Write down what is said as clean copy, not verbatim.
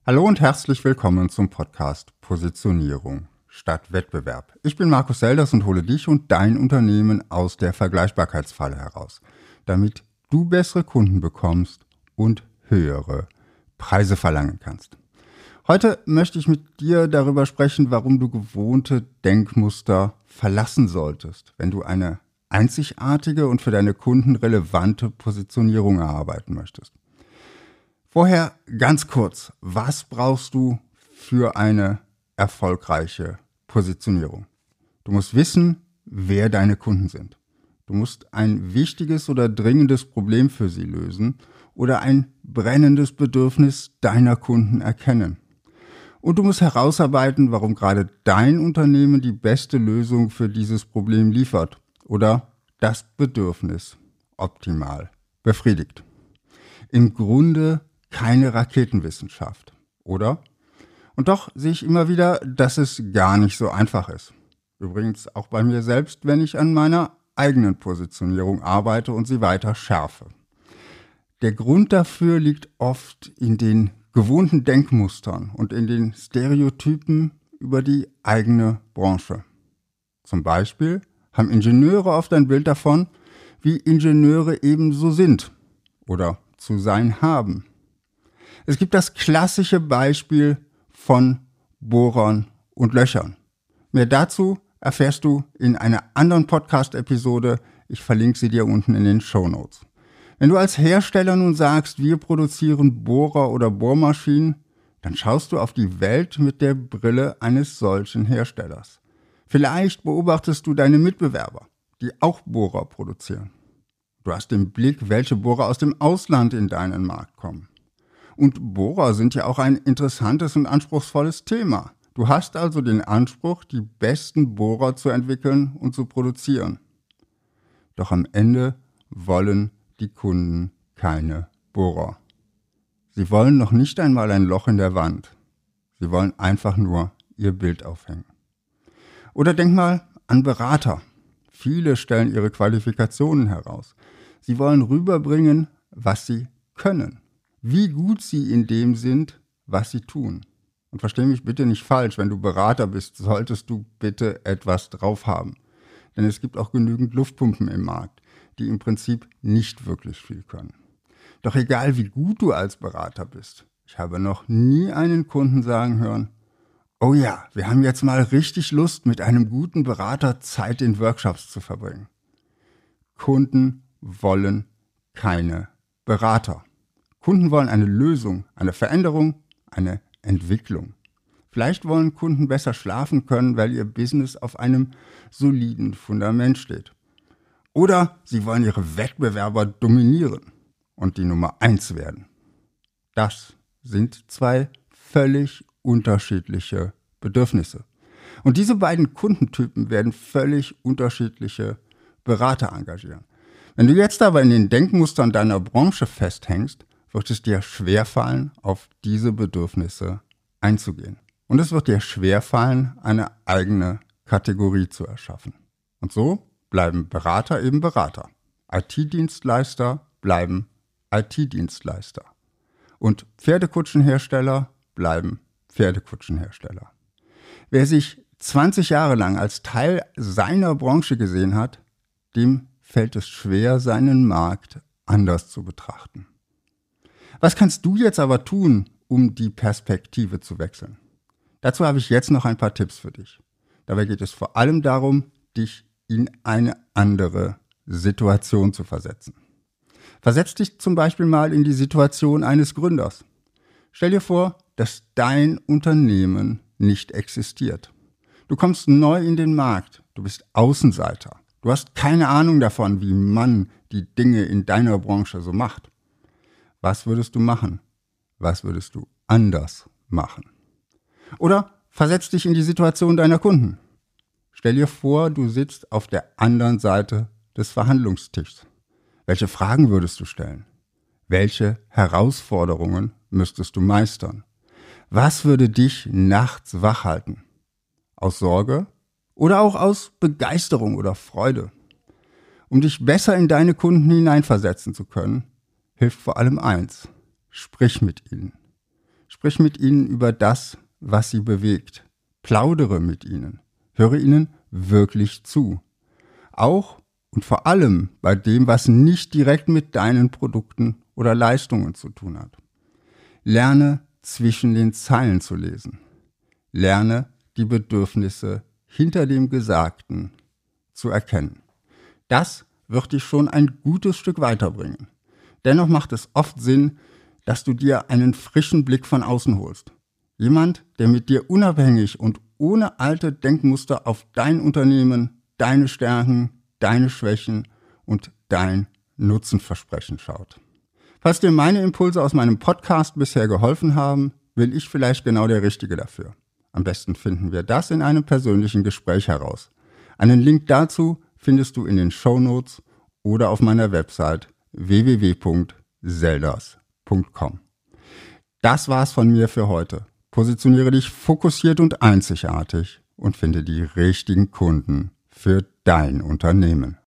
Hallo und herzlich willkommen zum Podcast Positionierung statt Wettbewerb. Ich bin Markus Selders und hole dich und dein Unternehmen aus der Vergleichbarkeitsfalle heraus, damit du bessere Kunden bekommst und höhere Preise verlangen kannst. Heute möchte ich mit dir darüber sprechen, warum du gewohnte Denkmuster verlassen solltest, wenn du eine einzigartige und für deine Kunden relevante Positionierung erarbeiten möchtest. Vorher ganz kurz, was brauchst du für eine erfolgreiche Positionierung? Du musst wissen, wer deine Kunden sind. Du musst ein wichtiges oder dringendes Problem für sie lösen oder ein brennendes Bedürfnis deiner Kunden erkennen. Und du musst herausarbeiten, warum gerade dein Unternehmen die beste Lösung für dieses Problem liefert oder das Bedürfnis optimal befriedigt. Im Grunde keine Raketenwissenschaft, oder? Und doch sehe ich immer wieder, dass es gar nicht so einfach ist. Übrigens auch bei mir selbst, wenn ich an meiner eigenen Positionierung arbeite und sie weiter schärfe. Der Grund dafür liegt oft in den gewohnten Denkmustern und in den Stereotypen über die eigene Branche. Zum Beispiel haben Ingenieure oft ein Bild davon, wie Ingenieure ebenso sind oder zu sein haben. Es gibt das klassische Beispiel von Bohrern und Löchern. Mehr dazu erfährst du in einer anderen Podcast-Episode. Ich verlinke sie dir unten in den Shownotes. Wenn du als Hersteller nun sagst, wir produzieren Bohrer oder Bohrmaschinen, dann schaust du auf die Welt mit der Brille eines solchen Herstellers. Vielleicht beobachtest du deine Mitbewerber, die auch Bohrer produzieren. Du hast im Blick, welche Bohrer aus dem Ausland in deinen Markt kommen. Und Bohrer sind ja auch ein interessantes und anspruchsvolles Thema. Du hast also den Anspruch, die besten Bohrer zu entwickeln und zu produzieren. Doch am Ende wollen die Kunden keine Bohrer. Sie wollen noch nicht einmal ein Loch in der Wand. Sie wollen einfach nur ihr Bild aufhängen. Oder denk mal an Berater. Viele stellen ihre Qualifikationen heraus. Sie wollen rüberbringen, was sie können. Wie gut sie in dem sind, was sie tun. Und versteh mich bitte nicht falsch, wenn du Berater bist, solltest du bitte etwas drauf haben. Denn es gibt auch genügend Luftpumpen im Markt, die im Prinzip nicht wirklich viel können. Doch egal wie gut du als Berater bist, ich habe noch nie einen Kunden sagen hören, oh ja, wir haben jetzt mal richtig Lust, mit einem guten Berater Zeit in Workshops zu verbringen. Kunden wollen keine Berater. Kunden wollen eine Lösung, eine Veränderung, eine Entwicklung. Vielleicht wollen Kunden besser schlafen können, weil ihr Business auf einem soliden Fundament steht. Oder sie wollen ihre Wettbewerber dominieren und die Nummer 1 werden. Das sind zwei völlig unterschiedliche Bedürfnisse. Und diese beiden Kundentypen werden völlig unterschiedliche Berater engagieren. Wenn du jetzt aber in den Denkmustern deiner Branche festhängst, wird es dir schwerfallen, auf diese Bedürfnisse einzugehen. Und es wird dir schwerfallen, eine eigene Kategorie zu erschaffen. Und so bleiben Berater eben Berater. IT-Dienstleister bleiben IT-Dienstleister. Und Pferdekutschenhersteller bleiben Pferdekutschenhersteller. Wer sich 20 Jahre lang als Teil seiner Branche gesehen hat, dem fällt es schwer, seinen Markt anders zu betrachten. Was kannst du jetzt aber tun, um die Perspektive zu wechseln? Dazu habe ich jetzt noch ein paar Tipps für dich. Dabei geht es vor allem darum, dich in eine andere Situation zu versetzen. Versetz dich zum Beispiel mal in die Situation eines Gründers. Stell dir vor, dass dein Unternehmen nicht existiert. Du kommst neu in den Markt, du bist Außenseiter. Du hast keine Ahnung davon, wie man die Dinge in deiner Branche so macht. Was würdest du machen? Was würdest du anders machen? Oder versetz dich in die Situation deiner Kunden. Stell dir vor, du sitzt auf der anderen Seite des Verhandlungstischs. Welche Fragen würdest du stellen? Welche Herausforderungen müsstest du meistern? Was würde dich nachts wach halten? Aus Sorge oder auch aus Begeisterung oder Freude? Um dich besser in deine Kunden hineinversetzen zu können, hilft vor allem eins: Sprich mit ihnen. Sprich mit ihnen über das, was sie bewegt. Plaudere mit ihnen. Höre ihnen wirklich zu. Auch und vor allem bei dem, was nicht direkt mit deinen Produkten oder Leistungen zu tun hat. Lerne zwischen den Zeilen zu lesen. Lerne die Bedürfnisse hinter dem Gesagten zu erkennen. Das wird dich schon ein gutes Stück weiterbringen. Dennoch macht es oft Sinn, dass du dir einen frischen Blick von außen holst. Jemand, der mit dir unabhängig und ohne alte Denkmuster auf dein Unternehmen, deine Stärken, deine Schwächen und dein Nutzenversprechen schaut. Falls dir meine Impulse aus meinem Podcast bisher geholfen haben, bin ich vielleicht genau der Richtige dafür. Am besten finden wir das in einem persönlichen Gespräch heraus. Einen Link dazu findest du in den Shownotes oder auf meiner Website www.selders.com. Das war's von mir für heute. Positioniere dich fokussiert und einzigartig und finde die richtigen Kunden für dein Unternehmen.